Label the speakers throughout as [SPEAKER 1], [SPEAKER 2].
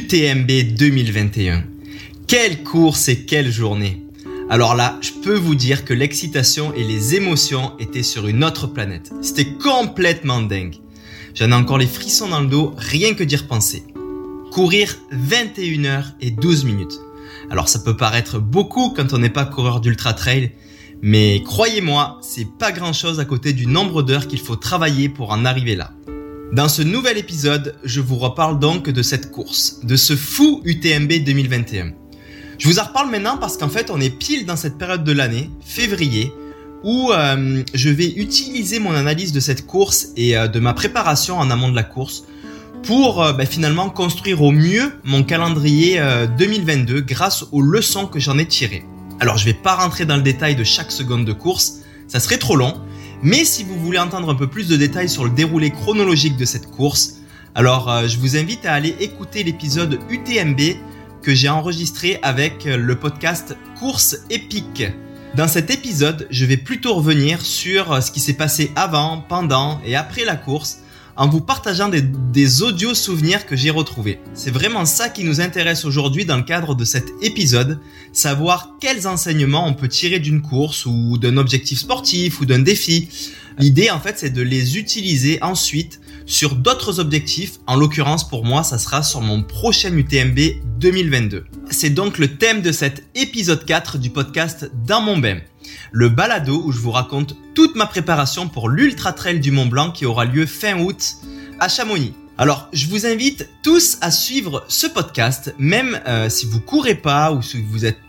[SPEAKER 1] UTMB 2021. Quelle course et quelle journée! Alors là, je peux vous dire que l'excitation et les émotions étaient sur une autre planète. C'était complètement dingue. J'en ai encore les frissons dans le dos, rien que d'y repenser. Courir 21 heures et 12 minutes. Alors ça peut paraître beaucoup quand on n'est pas coureur d'ultra trail, mais croyez-moi, c'est pas grand chose à côté du nombre d'heures qu'il faut travailler pour en arriver là. Dans ce nouvel épisode, je vous reparle donc de cette course, de ce fou UTMB 2021. Je vous en reparle maintenant parce qu'en fait on est pile dans cette période de l'année, février, où je vais utiliser mon analyse de cette course et de ma préparation en amont de la course pour finalement construire au mieux mon calendrier 2022 grâce aux leçons que j'en ai tirées. Alors je vais pas rentrer dans le détail de chaque seconde de course, ça serait trop long, mais si vous voulez entendre un peu plus de détails sur le déroulé chronologique de cette course, alors je vous invite à aller écouter l'épisode UTMB que j'ai enregistré avec le podcast Course épique. Dans cet épisode, je vais plutôt revenir sur ce qui s'est passé avant, pendant et après la course en vous partageant des audio souvenirs que j'ai retrouvés. C'est vraiment ça qui nous intéresse aujourd'hui dans le cadre de cet épisode, savoir quels enseignements on peut tirer d'une course ou d'un objectif sportif ou d'un défi. L'idée en fait c'est de les utiliser ensuite sur d'autres objectifs. En l'occurrence pour moi ça sera sur mon prochain UTMB 2022. C'est donc le thème de cet épisode 4 du podcast Dans mon bain. Le balado où je vous raconte toute ma préparation pour l'Ultra Trail du Mont Blanc qui aura lieu fin août à Chamonix. Alors, je vous invite tous à suivre ce podcast, même si vous courez pas ou si vous êtes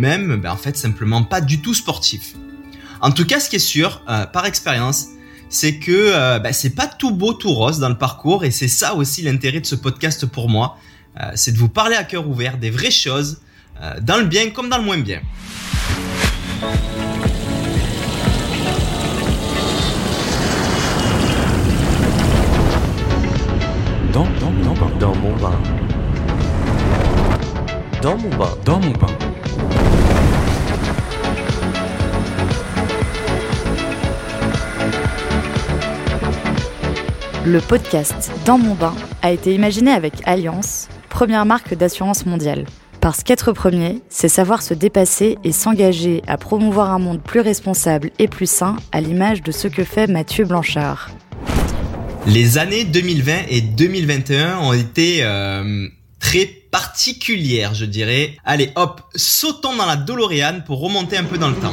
[SPEAKER 1] en fait simplement pas du tout sportif. En tout cas, ce qui est sûr, par expérience, c'est que c'est pas tout beau tout rose dans le parcours et c'est ça aussi l'intérêt de ce podcast pour moi, c'est de vous parler à cœur ouvert des vraies choses, dans le bien comme dans le moins bien.
[SPEAKER 2] Dans mon bain. Dans mon bain. Dans mon bain.
[SPEAKER 3] Le podcast Dans mon bain a été imaginé avec Allianz, première marque d'assurance mondiale. Parce qu'être premier, c'est savoir se dépasser et s'engager à promouvoir un monde plus responsable et plus sain à l'image de ce que fait Mathieu Blanchard.
[SPEAKER 1] Les années 2020 et 2021 ont été très particulières, je dirais. Allez, hop, sautons dans la DeLorean pour remonter un peu dans le temps.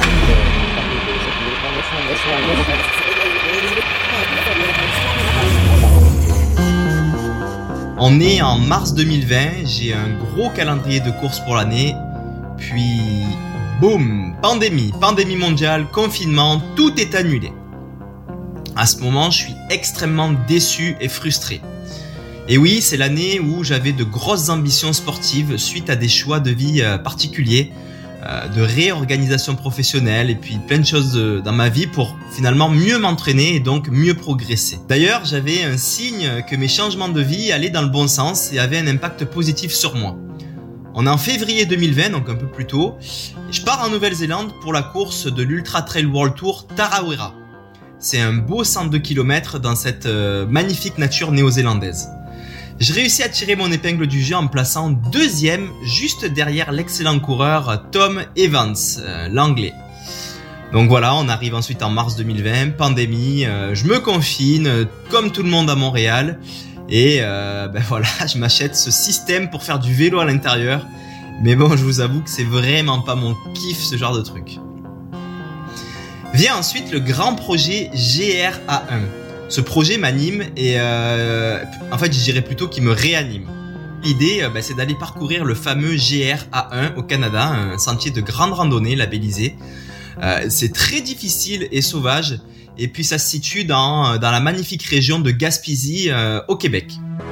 [SPEAKER 1] On est en mars 2020, j'ai un gros calendrier de courses pour l'année, puis boum, pandémie mondiale, confinement, tout est annulé. À ce moment, je suis extrêmement déçu et frustré. Et oui, c'est l'année où j'avais de grosses ambitions sportives suite à des choix de vie particuliers, de réorganisation professionnelle et puis plein de choses dans ma vie pour finalement mieux m'entraîner et donc mieux progresser. D'ailleurs, j'avais un signe que mes changements de vie allaient dans le bon sens et avaient un impact positif sur moi. On est en février 2020, donc un peu plus tôt, et je pars en Nouvelle-Zélande pour la course de l'Ultra Trail World Tour Tarawera. C'est un beau 102 km dans cette magnifique nature néo-zélandaise. Je réussis à tirer mon épingle du jeu en me plaçant deuxième juste derrière l'excellent coureur Tom Evans, l'anglais. Donc voilà, on arrive ensuite en mars 2020, pandémie, je me confine comme tout le monde à Montréal et je m'achète ce système pour faire du vélo à l'intérieur. Mais bon, je vous avoue que c'est vraiment pas mon kiff ce genre de truc. Vient ensuite le grand projet GRA1. Ce projet m'anime et je dirais plutôt qu'il me réanime. L'idée, c'est d'aller parcourir le fameux GRA1 au Canada, un sentier de grande randonnée labellisé. C'est très difficile et sauvage et puis ça se situe dans la magnifique région de Gaspésie au Québec.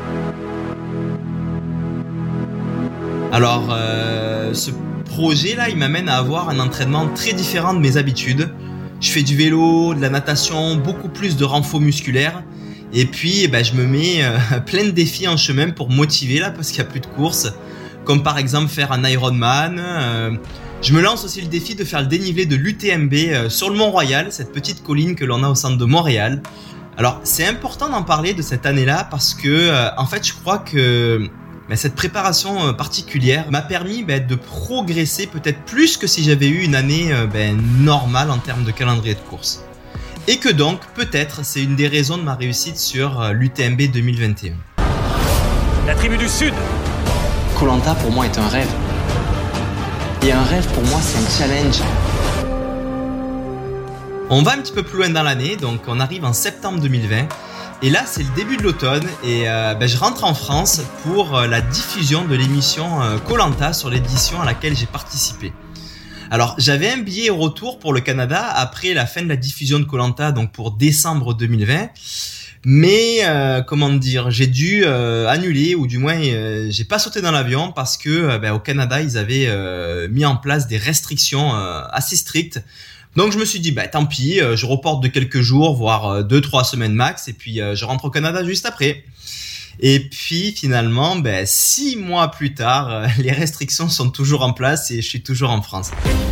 [SPEAKER 1] Alors, ce projet-là, il m'amène à avoir un entraînement très différent de mes habitudes. Je fais du vélo, de la natation, beaucoup plus de renfort musculaire. Et puis, je me mets plein de défis en chemin pour motiver là, parce qu'il n'y a plus de courses. Comme par exemple faire un Ironman. Je me lance aussi le défi de faire le dénivelé de l'UTMB sur le Mont-Royal, cette petite colline que l'on a au centre de Montréal. Alors, c'est important d'en parler de cette année-là parce que, je crois que Mais cette préparation particulière m'a permis de progresser peut-être plus que si j'avais eu une année normale en termes de calendrier de course. Et que donc, peut-être, c'est une des raisons de ma réussite sur l'UTMB 2021.
[SPEAKER 4] La tribu du Sud.
[SPEAKER 5] Koh-Lanta pour moi est un rêve. Et un rêve pour moi c'est un challenge.
[SPEAKER 1] On va un petit peu plus loin dans l'année, donc on arrive en septembre 2020. Et là, c'est le début de l'automne et je rentre en France pour la diffusion de l'émission Koh-Lanta sur l'édition à laquelle j'ai participé. Alors, j'avais un billet au retour pour le Canada après la fin de la diffusion de Koh-Lanta, donc pour décembre 2020. Mais j'ai dû annuler ou du moins j'ai pas sauté dans l'avion parce que au Canada, ils avaient mis en place des restrictions assez strictes. Donc je me suis dit tant pis, je reporte de quelques jours, voire 2-3 semaines max, et puis je rentre au Canada juste après. Et puis finalement, 6 mois plus tard, les restrictions sont toujours en place et je suis toujours en France.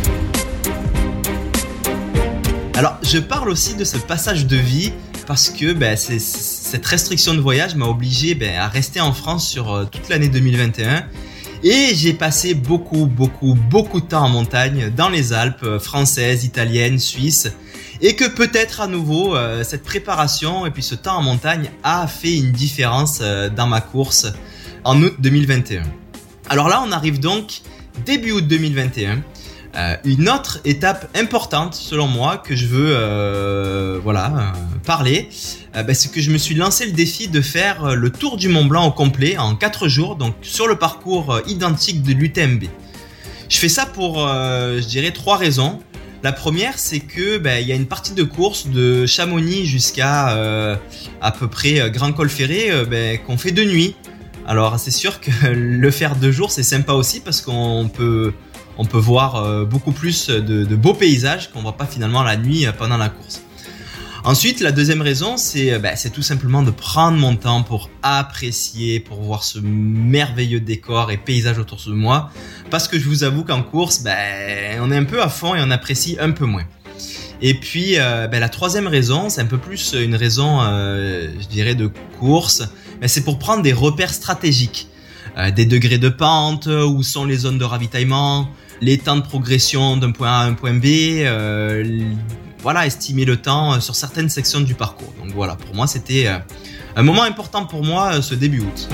[SPEAKER 1] Alors je parle aussi de ce passage de vie parce que cette restriction de voyage m'a obligé à rester en France sur toute l'année 2021. Et j'ai passé beaucoup de temps en montagne, dans les Alpes françaises, italiennes, suisses. Et que peut-être à nouveau, cette préparation et puis ce temps en montagne a fait une différence dans ma course en août 2021. Alors là, on arrive donc début août 2021. Une autre étape importante selon moi que je veux parler, c'est que je me suis lancé le défi de faire le tour du Mont Blanc au complet en 4 jours, donc sur le parcours identique de l'UTMB. Je fais ça pour, 3 raisons. La première, c'est que il y a une partie de course de Chamonix jusqu'à à peu près Grand Col Ferré qu'on fait de nuit. Alors c'est sûr que le faire 2 jours, c'est sympa aussi parce qu'on peut voir beaucoup plus de beaux paysages qu'on voit pas finalement la nuit pendant la course. Ensuite, la deuxième raison, c'est tout simplement de prendre mon temps pour apprécier, pour voir ce merveilleux décor et paysage autour de moi. Parce que je vous avoue qu'en course, on est un peu à fond et on apprécie un peu moins. Et puis, la troisième raison, c'est un peu plus une raison, de course. C'est pour prendre des repères stratégiques. Des degrés de pente, où sont les zones de ravitaillement, les temps de progression d'un point A à un point B, estimer le temps sur certaines sections du parcours. Donc voilà, pour moi c'était un moment important pour moi ce début août.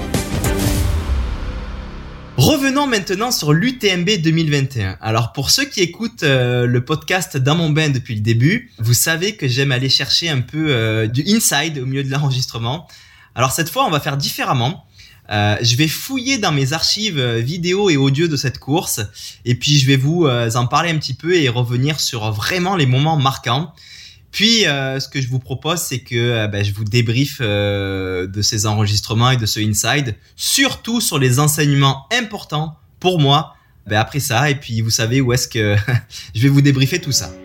[SPEAKER 1] Revenons maintenant sur l'UTMB 2021. Alors pour ceux qui écoutent le podcast Dans mon bain depuis le début, vous savez que j'aime aller chercher un peu du inside au milieu de l'enregistrement. Alors cette fois on va faire différemment. Je vais fouiller dans mes archives vidéo et audio de cette course et puis je vais vous en parler un petit peu et revenir sur vraiment les moments marquants. Puis ce que je vous propose, c'est que je vous débriefe de ces enregistrements et de ce inside, surtout sur les enseignements importants pour moi après ça. Et puis vous savez où est-ce que je vais vous débriefer tout ça.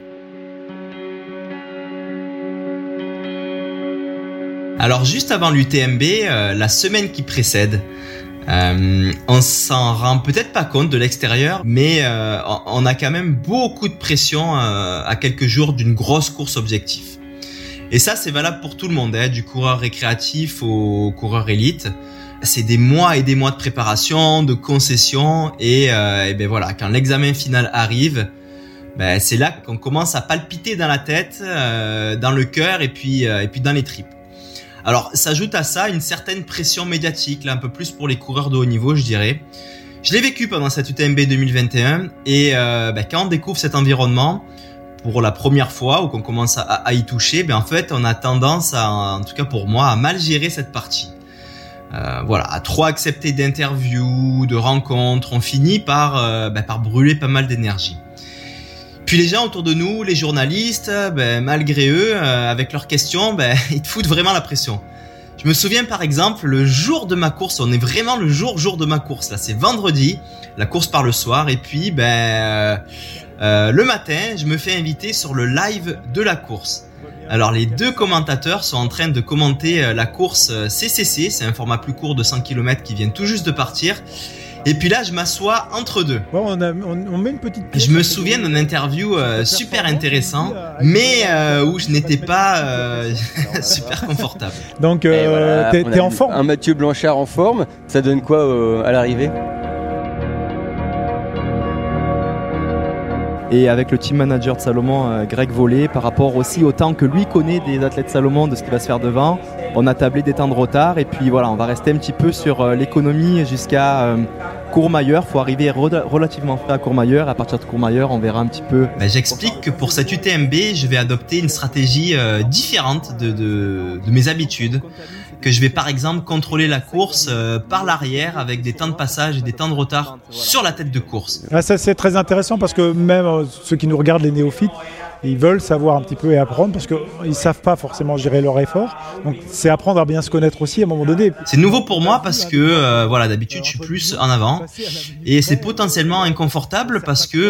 [SPEAKER 1] Alors juste avant l'UTMB, la semaine qui précède, on s'en rend peut-être pas compte de l'extérieur, mais on a quand même beaucoup de pression à quelques jours d'une grosse course objectif. Et ça, c'est valable pour tout le monde, du coureur récréatif au coureur élite. C'est des mois et des mois de préparation, de concessions, et quand l'examen final arrive, c'est là qu'on commence à palpiter dans la tête, dans le cœur et puis dans les tripes. Alors, s'ajoute à ça une certaine pression médiatique, là un peu plus pour les coureurs de haut niveau, je dirais. Je l'ai vécu pendant cette UTMB 2021 et quand on découvre cet environnement pour la première fois ou qu'on commence à y toucher, en fait, on a tendance en tout cas pour moi, à mal gérer cette partie. À trop accepter d'interviews, de rencontres, on finit par brûler pas mal d'énergie. Puis les gens autour de nous, les journalistes, malgré eux, avec leurs questions, ils te foutent vraiment la pression. Je me souviens par exemple, le jour de ma course, on est vraiment le jour de ma course, là c'est vendredi, la course part le soir, et puis le matin, je me fais inviter sur le live de la course. Alors les 2 commentateurs sont en train de commenter la course CCC, c'est un format plus court de 100 km qui vient tout juste de partir. Et puis là, je m'assois entre deux.
[SPEAKER 6] Ouais, on met une petite pièce.
[SPEAKER 1] Je me souviens d'une interview super intéressant, mais où je n'étais pas super confortable.
[SPEAKER 6] Donc, t'es en forme.
[SPEAKER 7] Un Mathieu Blanchard en forme, ça donne quoi à l'arrivée ?
[SPEAKER 8] Et avec le team manager de Salomon, Greg Vollet, par rapport aussi au temps que lui connaît des athlètes Salomon, de ce qui va se faire devant, on a tablé des temps de retard et puis voilà, on va rester un petit peu sur l'économie jusqu'à Courmayeur. Il faut arriver relativement frais à Courmayeur. À partir de Courmayeur, on verra un petit peu.
[SPEAKER 1] J'explique que pour cette UTMB, je vais adopter une stratégie différente de mes habitudes. Que je vais par exemple contrôler la course par l'arrière avec des temps de passage et des temps de retard sur la tête de course.
[SPEAKER 6] Ah, ça c'est très intéressant parce que même ceux qui nous regardent, les néophytes, ils veulent savoir un petit peu et apprendre parce qu'ils ne savent pas forcément gérer leur effort. Donc c'est apprendre à bien se connaître aussi à un moment donné.
[SPEAKER 1] C'est nouveau pour moi parce que voilà, d'habitude je suis plus en avant et c'est potentiellement inconfortable parce que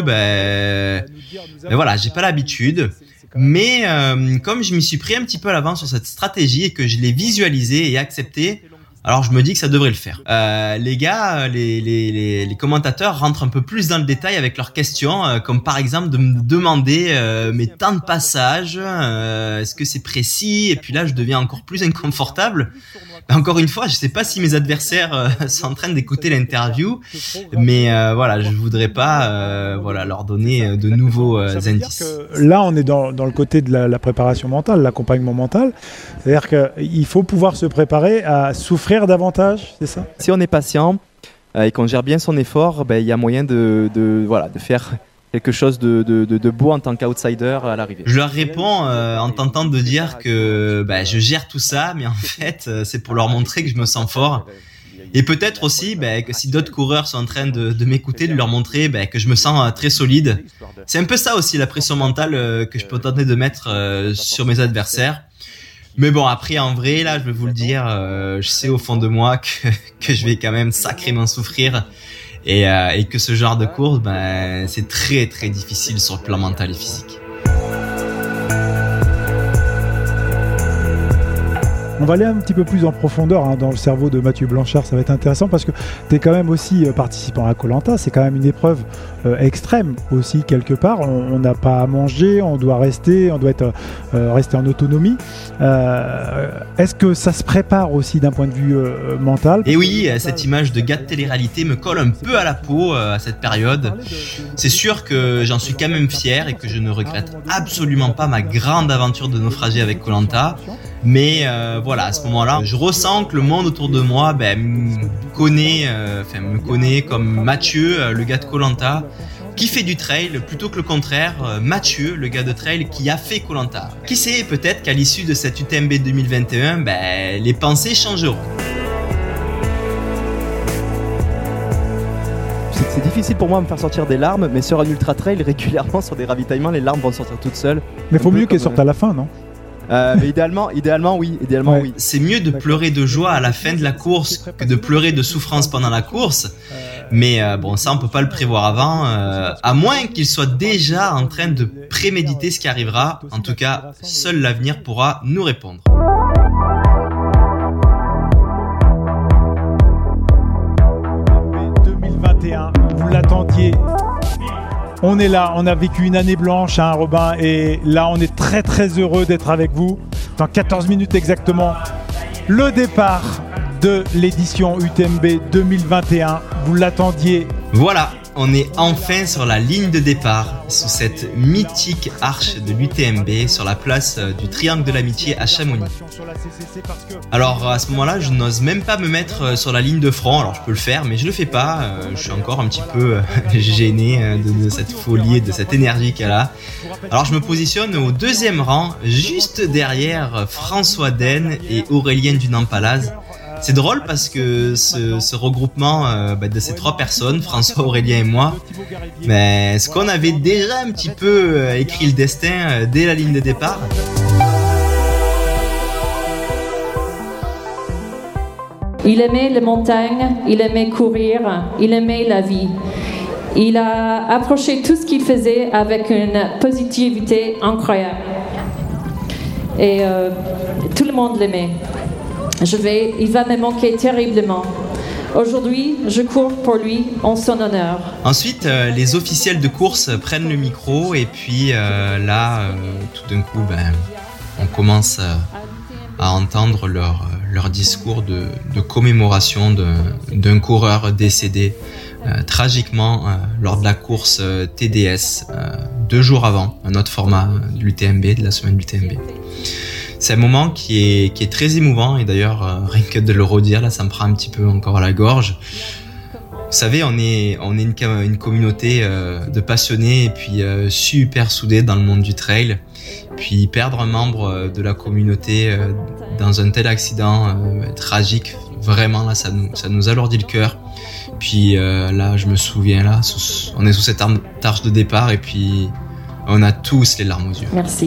[SPEAKER 1] voilà, j'ai pas l'habitude. Mais comme je m'y suis pris un petit peu à l'avance sur cette stratégie et que je l'ai visualisée et acceptée, alors je me dis que ça devrait le faire. Les gars, les commentateurs rentrent un peu plus dans le détail avec leurs questions, comme par exemple de me demander mes temps de passage, est-ce que c'est précis ? Et puis là, je deviens encore plus inconfortable. Encore une fois, je sais pas si mes adversaires sont en train d'écouter l'interview, mais voilà, je voudrais pas leur donner de nouveaux indices.
[SPEAKER 6] Là, on est dans le côté de la préparation mentale, l'accompagnement mental. C'est-à-dire qu'il faut pouvoir se préparer à souffrir davantage, c'est ça ?
[SPEAKER 8] Si on est patient et qu'on gère bien son effort, il y a moyen de faire quelque chose de beau en tant qu'outsider à l'arrivée.
[SPEAKER 1] Je leur réponds en tentant de dire que je gère tout ça, mais en fait, c'est pour leur montrer que je me sens fort. Et peut-être aussi que si d'autres coureurs sont en train de m'écouter, de leur montrer que je me sens très solide. C'est un peu ça aussi, la pression mentale que je peux tenter de mettre sur mes adversaires. Mais bon, après, en vrai, là, je vais vous le dire, je sais au fond de moi que je vais quand même sacrément souffrir. Et que ce genre de course, c'est très très difficile sur le plan mental et physique.
[SPEAKER 6] On va aller un petit peu plus en profondeur dans le cerveau de Mathieu Blanchard, ça va être intéressant parce que tu es quand même aussi participant à Koh-Lanta, c'est quand même une épreuve extrême aussi quelque part, on n'a pas à manger, on doit rester en autonomie. Est-ce que ça se prépare aussi d'un point de vue mental ?
[SPEAKER 1] Et oui, cette image de gars de télé-réalité me colle un peu à la peau à cette période. C'est sûr que j'en suis quand même fier et que je ne regrette absolument pas ma grande aventure de naufragé avec Koh-Lanta. Mais voilà, à ce moment-là, je ressens que le monde autour de moi me connaît comme Mathieu, le gars de Koh-Lanta, qui fait du trail plutôt que le contraire, Mathieu, le gars de trail qui a fait Koh-Lanta. Qui sait, peut-être qu'à l'issue de cette UTMB 2021, les pensées changeront.
[SPEAKER 8] C'est difficile pour moi de me faire sortir des larmes, mais sur un ultra trail, régulièrement sur des ravitaillements, les larmes vont sortir toutes seules.
[SPEAKER 6] Mais il faut mieux qu'elles sortent à la fin, non ?
[SPEAKER 8] Mais idéalement, oui. Oui.
[SPEAKER 1] C'est mieux de pleurer de joie à la fin de la course que de pleurer de souffrance pendant la course. Mais ça, on peut pas le prévoir avant, à moins qu'il soit déjà en train de préméditer ce qui arrivera. En tout cas, seul l'avenir pourra nous répondre.
[SPEAKER 6] Vous l'attendiez. On est là, on a vécu une année blanche, Robin, et là on est très très heureux d'être avec vous. Dans 14 minutes exactement, le départ de l'édition UTMB 2021. Vous l'attendiez.
[SPEAKER 1] Voilà, on est enfin sur la ligne de départ, sous cette mythique arche de l'UTMB, sur la place du Triangle de l'Amitié à Chamonix. Alors à ce moment-là, je n'ose même pas me mettre sur la ligne de front, alors je peux le faire, mais je le fais pas, je suis encore un petit peu gêné de cette folie et de cette énergie qu'elle a. Alors je me positionne au deuxième rang, juste derrière François Den et Aurélien Dunant-Palaz. C'est drôle parce que ce regroupement de ces trois personnes, François, Aurélien et moi, ce qu'on avait déjà un petit peu écrit le destin dès la ligne de départ.
[SPEAKER 9] Il aimait les montagnes, il aimait courir, il aimait la vie. Il a approché tout ce qu'il faisait avec une positivité incroyable. Et tout le monde l'aimait. Il va me manquer terriblement. Aujourd'hui, je cours pour lui en son honneur.
[SPEAKER 1] Ensuite, les officiels de course prennent le micro et puis tout d'un coup, on commence à entendre leur discours de commémoration d'un coureur décédé tragiquement lors de la course TDS 2 jours avant, un autre format de l'UTMB, de la semaine de l'UTMB. C'est un moment qui est très émouvant et d'ailleurs, rien que de le redire, là, ça me prend un petit peu encore à la gorge. Vous savez, on est une communauté de passionnés et puis super soudés dans le monde du trail. Puis perdre un membre de la communauté dans un tel accident tragique, vraiment là, ça nous alourdit le cœur. Puis là, je me souviens, là, on est sous cette arche de départ et puis on a tous les larmes aux yeux.
[SPEAKER 9] Merci.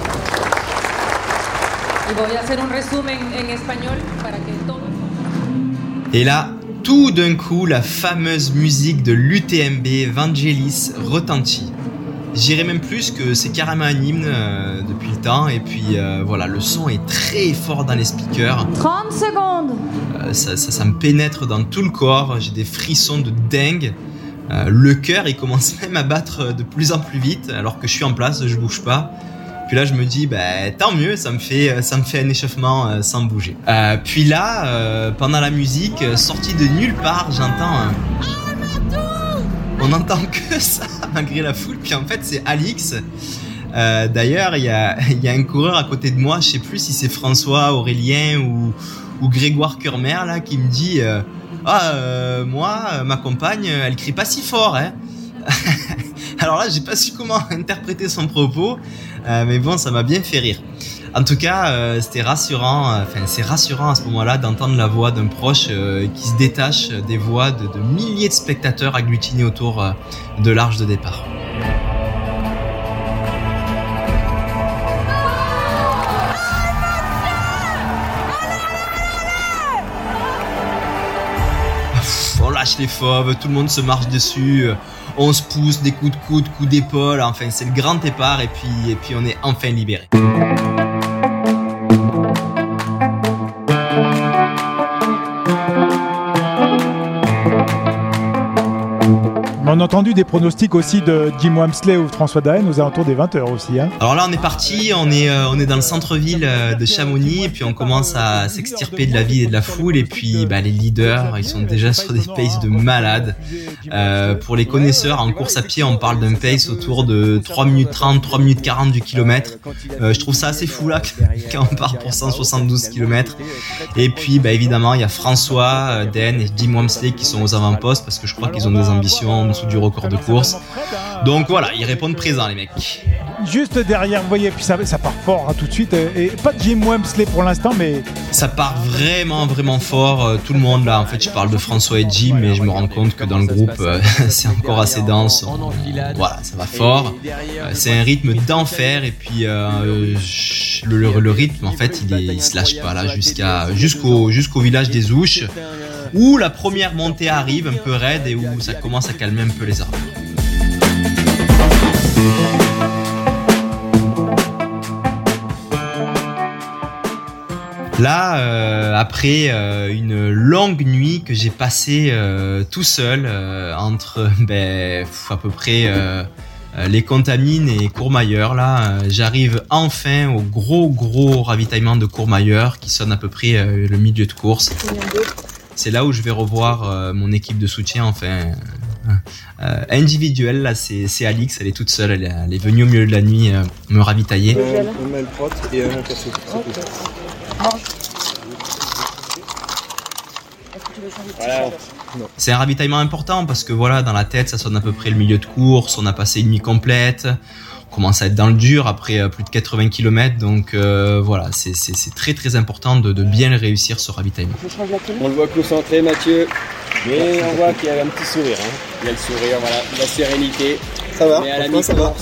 [SPEAKER 1] Et là, tout d'un coup, la fameuse musique de l'UTMB Vangelis retentit. Je dirais même plus que c'est carrément un hymne depuis le temps. Et puis voilà, le son est très fort dans les speakers.
[SPEAKER 9] 30 secondes.
[SPEAKER 1] Ça me pénètre dans tout le corps. J'ai des frissons de dingue. Le cœur, il commence même à battre de plus en plus vite alors que je suis en place, je bouge pas. Puis là, je me dis, tant mieux, ça me fait un échauffement sans bouger. Puis là, pendant la musique, sortie de nulle part, j'entends on n'entend que ça malgré la foule. Puis en fait, c'est Alix. D'ailleurs, il y a un coureur à côté de moi, je sais plus si c'est François, Aurélien ou Grégoire Curmer là, qui me dit moi, ma compagne, elle crie pas si fort, hein. Alors là, j'ai pas su comment interpréter son propos, mais bon, ça m'a bien fait rire. En tout cas, c'était rassurant. C'est rassurant à ce moment-là d'entendre la voix d'un proche qui se détache des voix de milliers de spectateurs agglutinés autour de l'arche de départ. On lâche les fauves, tout le monde se marche dessus. On se pousse, des coups de coude, coups d'épaule, enfin c'est le grand départ et puis on est enfin libéré.
[SPEAKER 6] On a entendu des pronostics aussi de Jim Walmsley ou François Daen aux alentours des 20h aussi. Hein.
[SPEAKER 1] Alors là, on est parti, on est dans le centre-ville de Chamonix et puis on commence à s'extirper de la ville et de la foule et puis les leaders, ils sont déjà sur des paces de malades. Pour les connaisseurs, en course à pied, on parle d'un pace autour de 3 minutes 30, 3 minutes 40 du kilomètre. Je trouve ça assez fou là quand on part pour 172 km. Et puis évidemment, il y a François Daen et Jim Walmsley qui sont aux avant-postes parce que je crois qu'ils ont des ambitions en dessous du record de course. Donc voilà, ils répondent présents les mecs.
[SPEAKER 6] Juste derrière, vous voyez, puis ça part fort tout de suite. Et pas de Jim Walmsley pour l'instant, mais...
[SPEAKER 1] Ça part vraiment, vraiment fort. Tout le monde là, en fait, je parle de François et Jim, mais je me rends compte que dans le groupe, c'est encore assez dense. Voilà, ça va fort. C'est un rythme d'enfer et puis le rythme, en fait, il se lâche pas là jusqu'au village des Ouches, où la première montée arrive un peu raide et où ça commence à calmer un peu les arbres. Là, après une longue nuit que j'ai passée tout seul entre à peu près les Contamines et Courmayeur, là, j'arrive enfin au gros ravitaillement de Courmayeur qui sonne à peu près le milieu de course. C'est là où je vais revoir mon équipe de soutien, individuelle. Là, c'est Alix, elle est toute seule, elle est venue au milieu de la nuit me ravitailler.
[SPEAKER 10] Un mail prot et un café.
[SPEAKER 7] Voilà.
[SPEAKER 1] C'est un ravitaillement important parce que voilà, dans la tête, ça sonne à peu près le milieu de course. On a passé une nuit complète. On commence à être dans le dur après plus de 80 km. Donc voilà, c'est très très important de bien réussir ce ravitaillement.
[SPEAKER 7] On le voit concentré, Mathieu. Mais on voit qu'il y a un petit sourire. Hein. Il y a le sourire, voilà, la sérénité.
[SPEAKER 10] Ça va,
[SPEAKER 7] mais à la
[SPEAKER 10] ça va.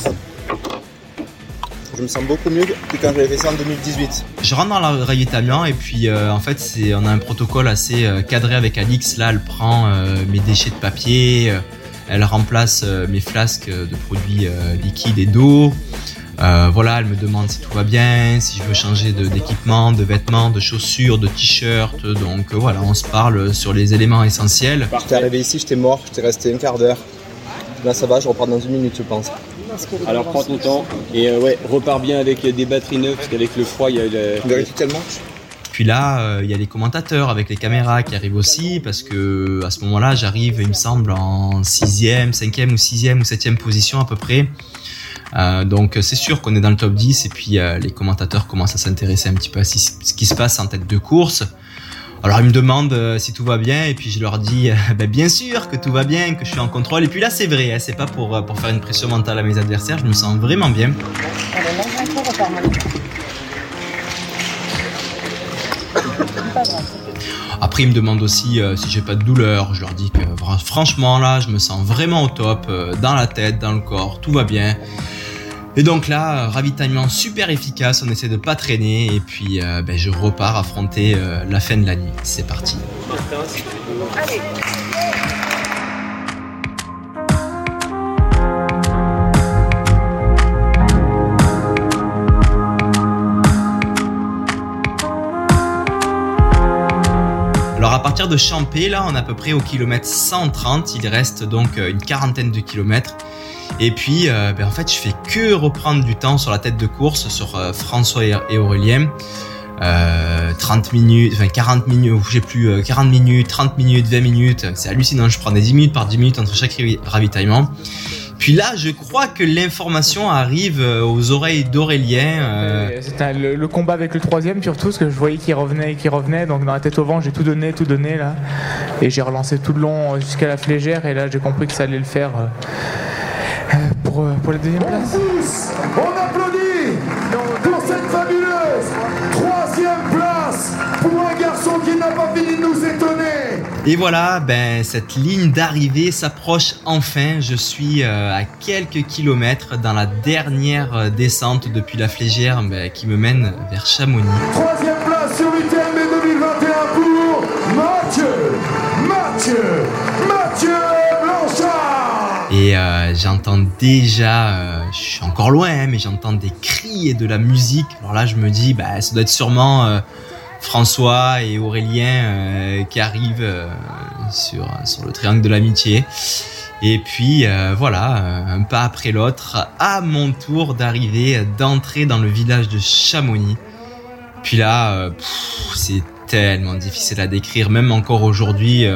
[SPEAKER 10] Je me sens beaucoup mieux que quand j'avais fait ça en 2018.
[SPEAKER 1] Je rentre dans le ravitaillement et puis en fait on a un protocole assez cadré avec Alix. Là, elle prend mes déchets de papier, elle remplace mes flasques de produits liquides et d'eau. Voilà, elle me demande si tout va bien, si je veux changer d'équipement, de vêtements, de chaussures, de t-shirts. Donc voilà, on se parle sur les éléments essentiels.
[SPEAKER 10] Quand t'es arrivé ici, j'étais mort, j'étais resté un quart d'heure. Là ça va, je repars dans 1 minute je pense.
[SPEAKER 7] Alors prends ton temps et repars bien avec des batteries neuves parce qu'avec le froid il y a
[SPEAKER 10] Vérifie tellement.
[SPEAKER 1] Puis là, il y a les commentateurs avec les caméras qui arrivent aussi parce que à ce moment-là, j'arrive, il me semble, en 6e, 5e ou 6e ou 7e position à peu près. Donc c'est sûr qu'on est dans le top 10 et puis les commentateurs commencent à s'intéresser un petit peu à ce qui se passe en tête de course. Alors ils me demandent si tout va bien et puis je leur dis bien sûr que tout va bien, que je suis en contrôle. Et puis là c'est vrai, c'est pas pour faire une pression mentale à mes adversaires, je me sens vraiment bien. Après ils me demandent aussi si j'ai pas de douleur, je leur dis que franchement là je me sens vraiment au top, dans la tête, dans le corps, tout va bien. Et donc là, ravitaillement super efficace, on essaie de pas traîner et puis je repars affronter la fin de la nuit. C'est parti. Allez. Alors à partir de Champé, là, on est à peu près au kilomètre 130, il reste donc une quarantaine de kilomètres. Et puis, en fait, je fais que reprendre du temps sur la tête de course, sur François et Aurélien. 30 minutes, enfin 40 minutes, je sais plus, 40 minutes, 30 minutes, 20 minutes. C'est hallucinant, je prends des 10 minutes par 10 minutes entre chaque ravitaillement. Puis là, je crois que l'information arrive aux oreilles d'Aurélien.
[SPEAKER 11] C'était le combat avec le 3e surtout, parce que je voyais qu'il revenait. Donc dans la tête au vent, j'ai tout donné là. Et j'ai relancé tout le long jusqu'à la flégère. Et là, j'ai compris que ça allait le faire pour la deuxième place.
[SPEAKER 12] On applaudit pour cette fabuleuse 3e place pour un garçon qui n'a pas fini de nous étonner.
[SPEAKER 1] Et voilà, cette ligne d'arrivée s'approche enfin. Je suis à quelques kilomètres dans la dernière descente depuis la flégère qui me mène vers Chamonix.
[SPEAKER 12] 3e place sur l'UTMB 2021 pour Mathieu Blanchard.
[SPEAKER 1] Et j'entends déjà, je suis encore loin, mais j'entends des cris et de la musique. Alors là, je me dis, ça doit être sûrement François et Aurélien qui arrivent sur le triangle de l'amitié. Et puis voilà, un pas après l'autre, à mon tour d'entrer dans le village de Chamonix. Puis là, c'est tellement difficile à décrire, même encore aujourd'hui.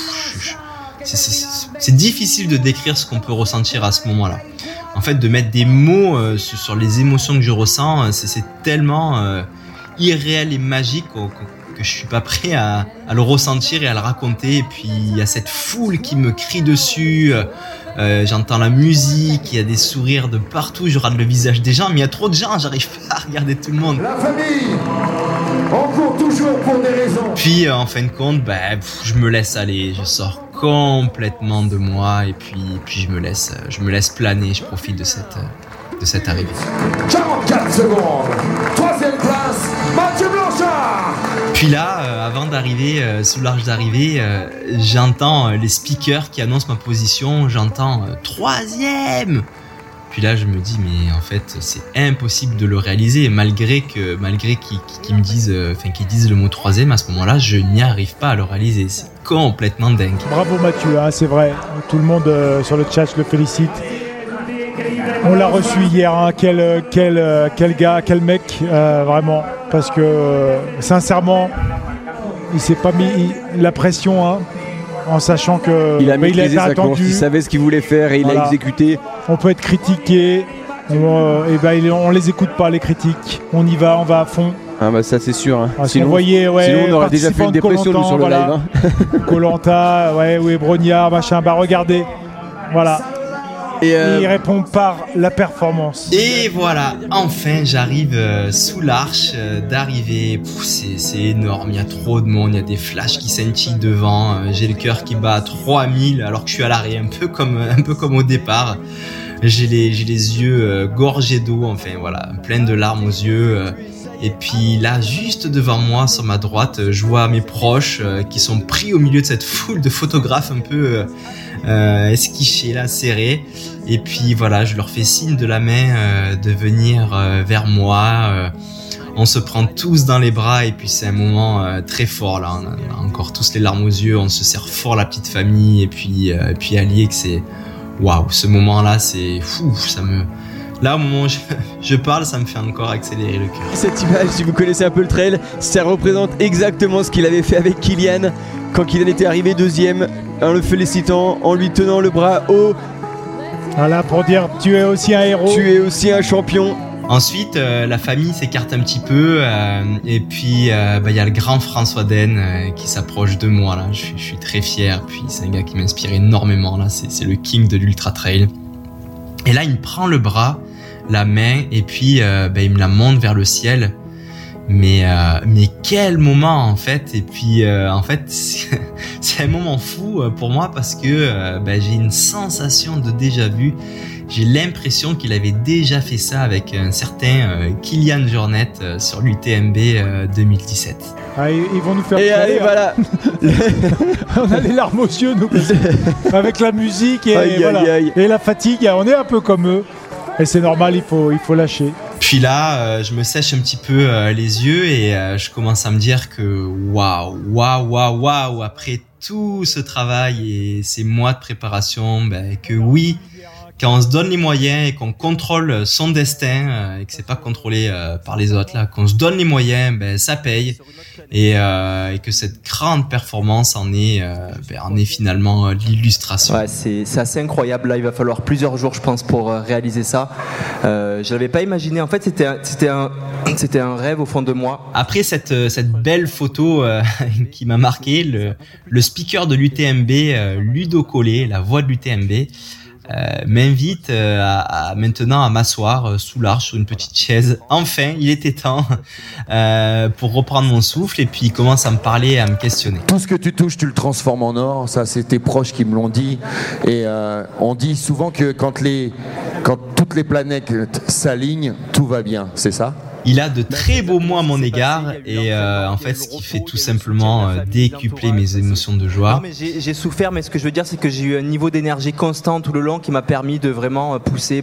[SPEAKER 1] C'est difficile de décrire ce qu'on peut ressentir à ce moment-là. En fait, de mettre des mots sur les émotions que je ressens, c'est tellement irréel et magique que je suis pas prêt à le ressentir et à le raconter. Et puis il y a cette foule qui me crie dessus, j'entends la musique, il y a des sourires de partout, je rate le visage des gens, mais il y a trop de gens, j'arrive pas à regarder tout le monde.
[SPEAKER 12] La famille, on court toujours pour des raisons.
[SPEAKER 1] Puis en fin de compte, je me laisse aller, je sors complètement de moi et puis je me laisse planer, je profite de cette arrivée.
[SPEAKER 12] 44 secondes, 3e place, Mathieu Blanchard.
[SPEAKER 1] Puis là, avant d'arriver sous l'arche d'arrivée, j'entends les speakers qui annoncent ma position, j'entends 3e. Puis là, je me dis, mais en fait, c'est impossible de le réaliser, malgré qu'ils me disent, qu'ils disent le mot 3e, à ce moment-là, je n'y arrive pas à le réaliser. C'est complètement dingue.
[SPEAKER 6] Bravo Mathieu, c'est vrai. Tout le monde sur le chat, je le félicite. On l'a reçu hier, quel gars, quel mec, vraiment. Parce que, sincèrement, il s'est pas mis la pression, en sachant que
[SPEAKER 13] il a maîtrisé sa
[SPEAKER 6] attendu.
[SPEAKER 13] course, il savait ce qu'il voulait faire et il a exécuté.
[SPEAKER 6] On peut être critiqué, on les écoute pas les critiques, on y va, on va à fond.
[SPEAKER 13] Ça c'est sûr.
[SPEAKER 6] Sinon, sinon
[SPEAKER 13] on aurait déjà fait une dépression nous, sur le live.
[SPEAKER 6] Koh-Lanta, Brognard, machin, regardez, voilà. Et il répond par la performance.
[SPEAKER 1] Et voilà, enfin j'arrive sous l'arche d'arrivée. C'est énorme, il y a trop de monde, il y a des flashs qui scintillent devant. J'ai le cœur qui bat à 3000 alors que je suis à l'arrêt, un peu comme au départ. J'ai les yeux gorgés d'eau, plein de larmes aux yeux. Et puis là, juste devant moi, sur ma droite, je vois mes proches qui sont pris au milieu de cette foule de photographes un peu esquichés, là, serrés. Et puis voilà, je leur fais signe de la main de venir vers moi. On se prend tous dans les bras et puis c'est un moment très fort là. On a encore tous les larmes aux yeux, on se serre fort la petite famille et puis allié que c'est waouh, ce moment-là, c'est fou, ça me... Là, au moment où je parle, ça me fait encore accélérer le cœur.
[SPEAKER 13] Cette image, si vous connaissez un peu le trail, ça représente exactement ce qu'il avait fait avec Kylian quand Kylian était arrivé deuxième, en le félicitant, en lui tenant le bras haut.
[SPEAKER 6] Voilà, pour dire, tu es aussi un héros.
[SPEAKER 13] Tu es aussi un champion.
[SPEAKER 1] Ensuite, la famille s'écarte un petit peu et puis y a le grand François Den qui s'approche de moi là. Je suis très fier. Puis c'est un gars qui m'inspire énormément là. C'est le king de l'ultra trail. Et là, il me prend le bras, la main et puis il me la monte vers le ciel. Mais quel moment en fait. Et puis en fait c'est un moment fou pour moi parce que j'ai une sensation de déjà vu. J'ai l'impression qu'il avait déjà fait ça avec un certain Kylian Jornet sur l'UTMB 2017.
[SPEAKER 6] Ah, ils vont nous faire
[SPEAKER 13] et allez, voilà.
[SPEAKER 6] On a les larmes aux yeux, nous, avec la musique et, et la fatigue. On est un peu comme eux. Et c'est normal, il faut lâcher.
[SPEAKER 1] Puis là, je me sèche un petit peu les yeux et je commence à me dire que waouh, après tout ce travail et ces mois de préparation, que oui, quand on se donne les moyens et qu'on contrôle son destin et que c'est pas contrôlé par les autres là, qu'on se donne les moyens, ça paye et que cette grande performance en est finalement l'illustration.
[SPEAKER 8] Ouais, c'est assez incroyable. Là, il va falloir plusieurs jours, je pense, pour réaliser ça. Je l'avais pas imaginé. En fait, c'était un rêve au fond de moi.
[SPEAKER 1] Après cette belle photo qui m'a marqué, le speaker de l'UTMB, Ludo Collet, la voix de l'UTMB, m'invite maintenant à m'asseoir sous l'arche sur une petite chaise. Enfin, il était temps pour reprendre mon souffle et puis il commence à me parler, à me questionner.
[SPEAKER 12] Tout ce que tu touches, tu le transformes en or. Ça, c'est tes proches qui me l'ont dit. Et on dit souvent que quand toutes les planètes s'alignent, tout va bien. C'est ça ?
[SPEAKER 1] Il a de très beaux mots à mon égard et en fait ce qui fait tout simplement décupler mes émotions de joie.
[SPEAKER 8] Non mais j'ai souffert, mais ce que je veux dire c'est que j'ai eu un niveau d'énergie constant tout le long qui m'a permis de vraiment pousser.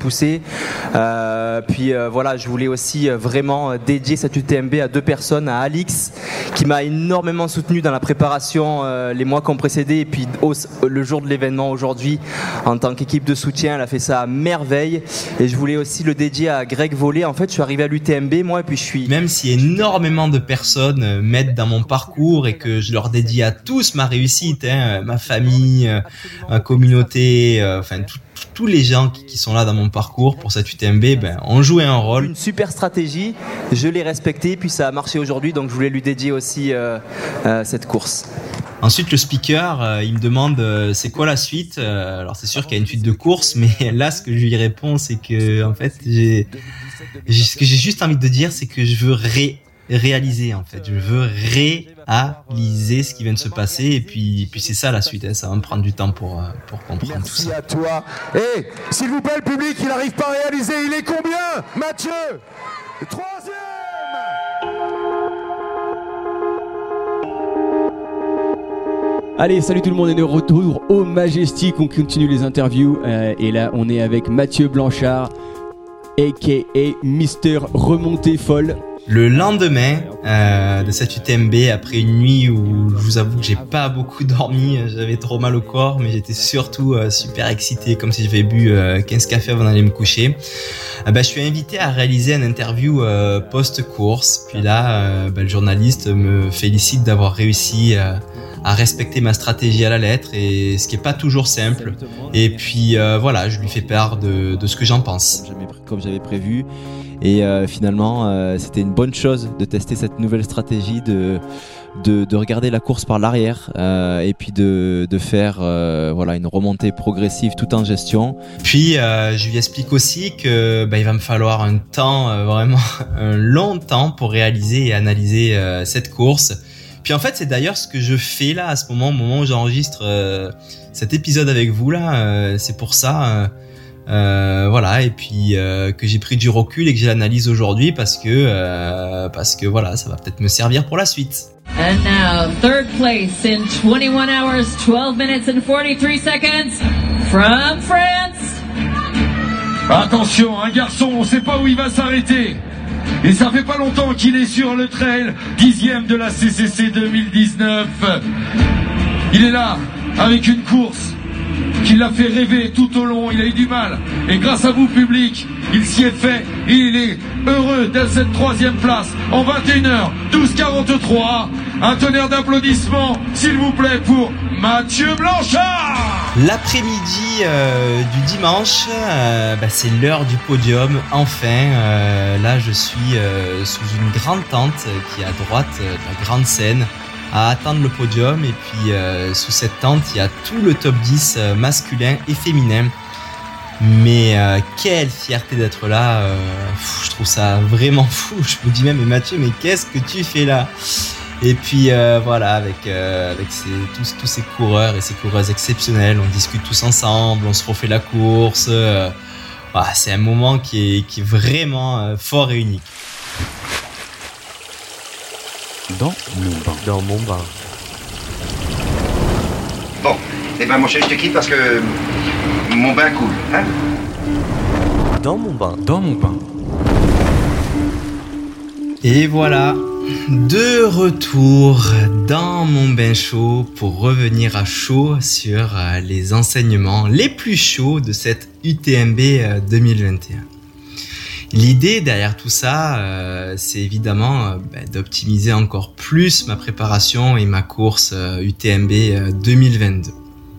[SPEAKER 8] Voilà, je voulais aussi vraiment dédier cette UTMB à deux personnes, à Alix qui m'a énormément soutenu dans la préparation les mois qui ont précédé et puis le jour de l'événement aujourd'hui en tant qu'équipe de soutien, elle a fait ça à merveille et je voulais aussi le dédier à Greg Volley. En fait, je suis arrivé à l'UTMB moi et puis je suis...
[SPEAKER 1] Même si énormément de personnes m'aident dans mon parcours et que je leur dédie à tous ma réussite, ma famille, ma communauté, tous les gens qui sont là dans mon parcours pour cette UTMB, ont joué un rôle.
[SPEAKER 8] Une super stratégie, je l'ai respectée, puis ça a marché aujourd'hui, donc je voulais lui dédier aussi cette course.
[SPEAKER 1] Ensuite, le speaker, il me demande c'est quoi la suite. Alors c'est sûr qu'il y a une suite de courses, mais là, ce que je lui réponds, c'est que en fait, ce que j'ai juste envie de dire, c'est que je veux réaliser en fait. Je veux réaliser ce qui vient de se passer et puis c'est ça la suite. Ça va me prendre du temps pour comprendre tout ça.
[SPEAKER 12] Merci à toi. Et s'il vous plaît, le public, il n'arrive pas à réaliser. Il est combien, Mathieu ? Troisième.
[SPEAKER 13] Allez, salut tout le monde, on est de retour au Majestic, on continue les interviews et là on est avec Mathieu Blanchard, a.k.a. Mister Remontée Folle.
[SPEAKER 1] Le lendemain de cette UTMB, après une nuit où je vous avoue que j'ai pas beaucoup dormi, j'avais trop mal au corps, mais j'étais surtout super excité, comme si j'avais bu 15 cafés avant d'aller me coucher. Je suis invité à réaliser une interview post-course. Puis là, le journaliste me félicite d'avoir réussi à respecter ma stratégie à la lettre, et ce qui est pas toujours simple. Et puis voilà, je lui fais part de ce que j'en pense.
[SPEAKER 8] Comme j'avais prévu. Et finalement, c'était une bonne chose de tester cette nouvelle stratégie de regarder la course par l'arrière et puis de faire une remontée progressive tout en gestion.
[SPEAKER 1] Puis je lui explique aussi que il va me falloir un temps, vraiment un long temps pour réaliser et analyser cette course. Puis en fait, c'est d'ailleurs ce que je fais là à ce moment, au moment où j'enregistre cet épisode avec vous là. C'est pour ça. Voilà, et puis que j'ai pris du recul et que j'ai l'analyse aujourd'hui parce que voilà, ça va peut-être me servir pour la suite.
[SPEAKER 14] And now, third place in 21 hours, 12 minutes and 43 seconds from France.
[SPEAKER 15] Attention, un garçon, on sait pas où il va s'arrêter. Et ça fait pas longtemps qu'il est sur le trail, 10e de la CCC 2019. Il est là, avec une course qui l'a fait rêver tout au long, il a eu du mal. Et grâce à vous, public, il s'y est fait et il est heureux de cette 3e place en 21h12:43. Un tonnerre d'applaudissements, s'il vous plaît, pour Mathieu Blanchard.
[SPEAKER 1] L'après-midi du dimanche, c'est l'heure du podium. Enfin, là je suis sous une grande tente qui est à droite de la grande scène, à attendre le podium, et puis sous cette tente il y a tout le top 10 masculin et féminin. Mais quelle fierté d'être là, je trouve ça vraiment fou. Je me dis même, mais Mathieu, mais qu'est-ce que tu fais là? Et puis voilà, avec tous ces coureurs et ces coureuses exceptionnelles, on discute tous ensemble, on se refait la course. Voilà, c'est un moment qui est vraiment fort et unique.
[SPEAKER 2] Dans mon bain.
[SPEAKER 16] Bon, eh ben mon chéri, je te quitte parce que mon bain coule, hein?
[SPEAKER 2] Dans mon bain.
[SPEAKER 1] Et voilà, de retour dans mon bain chaud pour revenir à chaud sur les enseignements les plus chauds de cette UTMB 2021. L'idée derrière tout ça, c'est évidemment d'optimiser encore plus ma préparation et ma course UTMB 2022.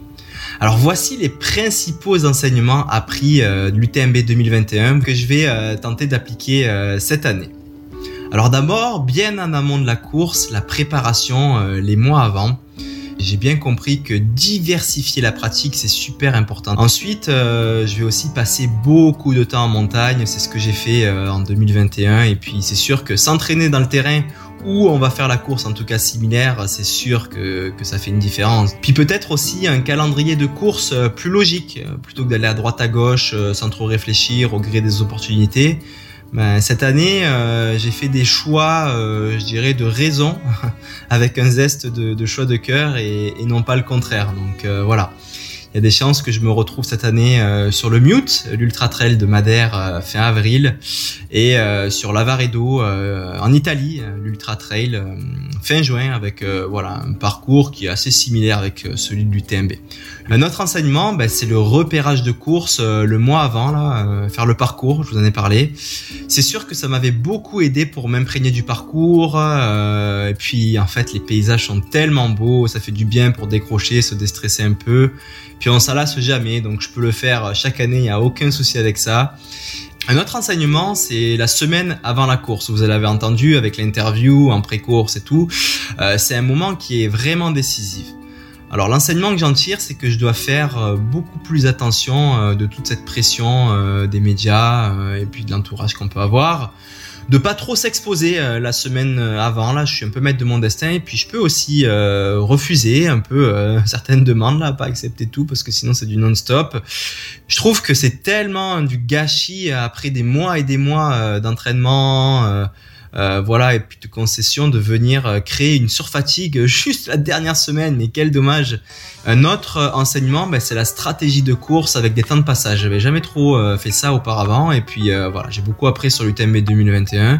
[SPEAKER 1] Alors voici les principaux enseignements appris de l'UTMB 2021 que je vais tenter d'appliquer cette année. Alors d'abord, bien en amont de la course, la préparation les mois avant. J'ai bien compris que diversifier la pratique, c'est super important. Ensuite, je vais aussi passer beaucoup de temps en montagne. C'est ce que j'ai fait en 2021. Et puis, c'est sûr que s'entraîner dans le terrain où on va faire la course, en tout cas similaire, c'est sûr que ça fait une différence. Puis peut-être aussi un calendrier de course plus logique, plutôt que d'aller à droite à gauche sans trop réfléchir au gré des opportunités. Cette année, j'ai fait des choix, je dirais, de raison, avec un zeste de choix de cœur et non pas le contraire. Donc voilà, il y a des chances que je me retrouve cette année sur le Mute, l'Ultra Trail de Madère fin avril, et sur l'Avaredo en Italie, l'Ultra Trail fin juin, avec voilà un parcours qui est assez similaire avec celui de l'UTMB. Un autre enseignement, c'est le repérage de course le mois avant, là, faire le parcours, je vous en ai parlé. C'est sûr que ça m'avait beaucoup aidé pour m'imprégner du parcours, et puis en fait les paysages sont tellement beaux, ça fait du bien pour décrocher, se déstresser un peu, puis on s'en lasse jamais, donc je peux le faire chaque année, il n'y a aucun souci avec ça. Un autre enseignement, c'est la semaine avant la course. Vous l'avez entendu avec l'interview en pré-course et tout, c'est un moment qui est vraiment décisif. Alors l'enseignement que j'en tire, c'est que je dois faire beaucoup plus attention de toute cette pression des médias et puis de l'entourage qu'on peut avoir, de pas trop s'exposer la semaine avant. Là, je suis un peu maître de mon destin, et puis je peux aussi refuser un peu certaines demandes, là, pas accepter tout parce que sinon c'est du non-stop. Je trouve que c'est tellement du gâchis après des mois et des mois d'entraînement. Voilà, et puis de concession, de venir créer une surfatigue juste la dernière semaine, mais quel dommage. Un autre enseignement, c'est la stratégie de course avec des temps de passage. J'avais jamais trop fait ça auparavant, et puis voilà, j'ai beaucoup appris sur l'UTMB 2021.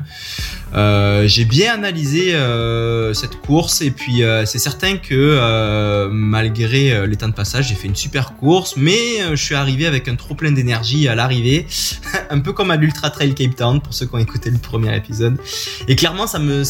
[SPEAKER 1] J'ai bien analysé cette course, et puis c'est certain que malgré les temps de passage, j'ai fait une super course, mais je suis arrivé avec un trop plein d'énergie à l'arrivée, un peu comme à l'Ultra Trail Cape Town pour ceux qui ont écouté le premier épisode. Et clairement, ça me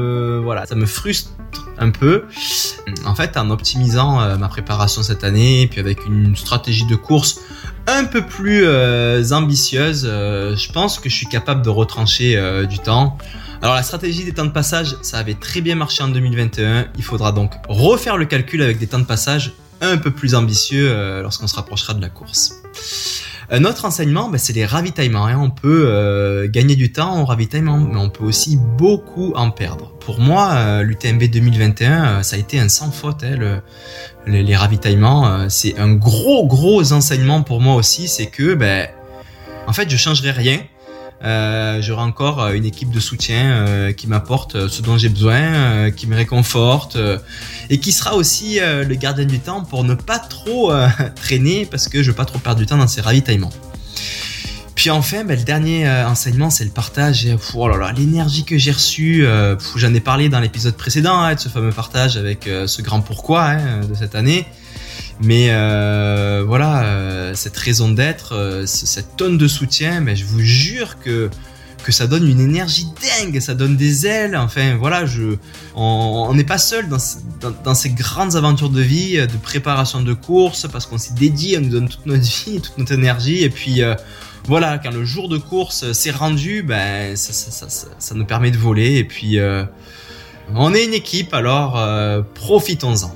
[SPEAKER 1] frustre un peu. En fait, en optimisant ma préparation cette année, et puis avec une stratégie de course un peu plus ambitieuse, je pense que je suis capable de retrancher du temps. Alors la stratégie des temps de passage, ça avait très bien marché en 2021. Il faudra donc refaire le calcul avec des temps de passage un peu plus ambitieux lorsqu'on se rapprochera de la course. Un autre enseignement, c'est les ravitaillements. On peut gagner du temps au ravitaillement, mais on peut aussi beaucoup en perdre. Pour moi, l'UTMB 2021, ça a été un sans faute. Les ravitaillements, c'est un gros enseignement pour moi aussi. C'est que, en fait, je changerai rien. J'aurai encore une équipe de soutien qui m'apporte ce dont j'ai besoin, qui me réconforte et qui sera aussi le gardien du temps pour ne pas trop traîner parce que je veux pas trop perdre du temps dans ces ravitaillements. Puis enfin, le dernier enseignement, c'est le partage. Et, l'énergie que j'ai reçue, j'en ai parlé dans l'épisode précédent de ce fameux partage avec ce grand pourquoi de cette année. Mais cette raison d'être, cette tonne de soutien, je vous jure que ça donne une énergie dingue, ça donne des ailes. Enfin voilà, on n'est pas seul dans ces grandes aventures de vie, de préparation de course, parce qu'on s'y dédie, on nous donne toute notre vie, toute notre énergie. Et puis quand le jour de course s'est rendu, ça nous permet de voler. Et puis on est une équipe, alors profitons-en.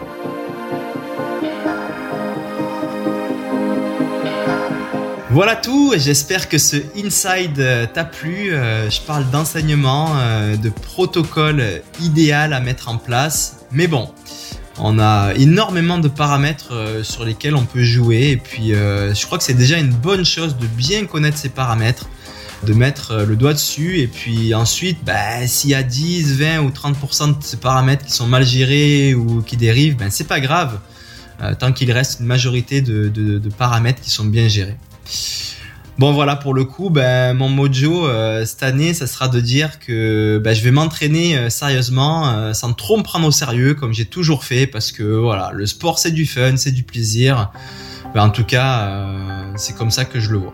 [SPEAKER 1] Voilà tout, j'espère que ce Inside t'a plu. Je parle d'enseignement, de protocole idéal à mettre en place. Mais bon, on a énormément de paramètres sur lesquels on peut jouer. Et puis je crois que c'est déjà une bonne chose de bien connaître ces paramètres, de mettre le doigt dessus. Et puis ensuite, s'il y a 10, 20 ou 30% de ces paramètres qui sont mal gérés ou qui dérivent, c'est pas grave. Tant qu'il reste une majorité de paramètres qui sont bien gérés. Bon voilà, pour le coup, mon mojo cette année, ça sera de dire que je vais m'entraîner sérieusement, sans trop me prendre au sérieux, comme j'ai toujours fait, parce que voilà, le sport c'est du fun, c'est du plaisir. En tout cas, c'est comme ça que je le vois.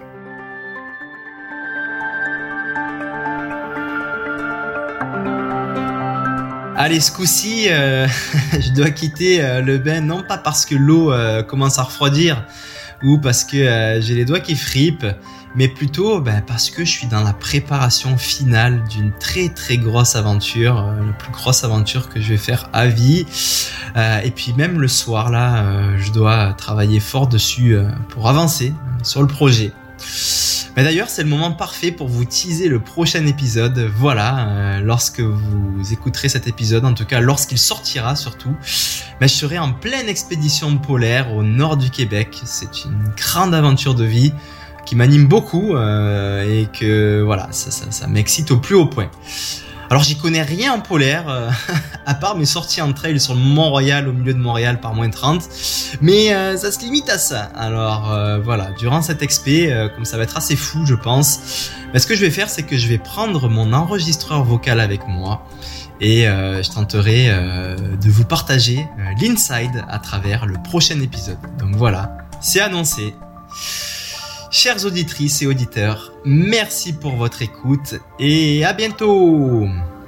[SPEAKER 1] Allez, ce coup-ci, je dois quitter le bain, non pas parce que l'eau commence à refroidir, ou parce que j'ai les doigts qui fripent, mais plutôt parce que je suis dans la préparation finale d'une très très grosse aventure, la plus grosse aventure que je vais faire à vie. Et puis même le soir là, je dois travailler fort dessus pour avancer sur le projet. Mais d'ailleurs, c'est le moment parfait pour vous teaser le prochain épisode. Voilà, lorsque vous écouterez cet épisode, en tout cas lorsqu'il sortira surtout, je serai en pleine expédition polaire au nord du Québec. C'est une grande aventure de vie qui m'anime beaucoup et que voilà, ça m'excite au plus haut point. Alors j'y connais rien en polaire, à part mes sorties en trail sur le Mont-Royal au milieu de Montréal par moins 30, mais ça se limite à ça. Alors voilà, durant cette expé, comme ça va être assez fou je pense, ce que je vais faire c'est que je vais prendre mon enregistreur vocal avec moi et je tenterai de vous partager l'inside à travers le prochain épisode. Donc voilà, c'est annoncé. Chères auditrices et auditeurs, merci pour votre écoute et à bientôt.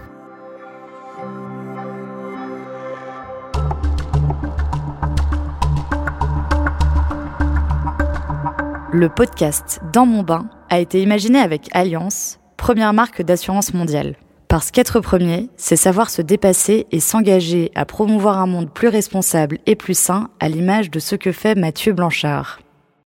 [SPEAKER 3] Le podcast Dans mon bain a été imaginé avec Allianz, première marque d'assurance mondiale. Parce qu'être premier, c'est savoir se dépasser et s'engager à promouvoir un monde plus responsable et plus sain à l'image de ce que fait Mathieu Blanchard.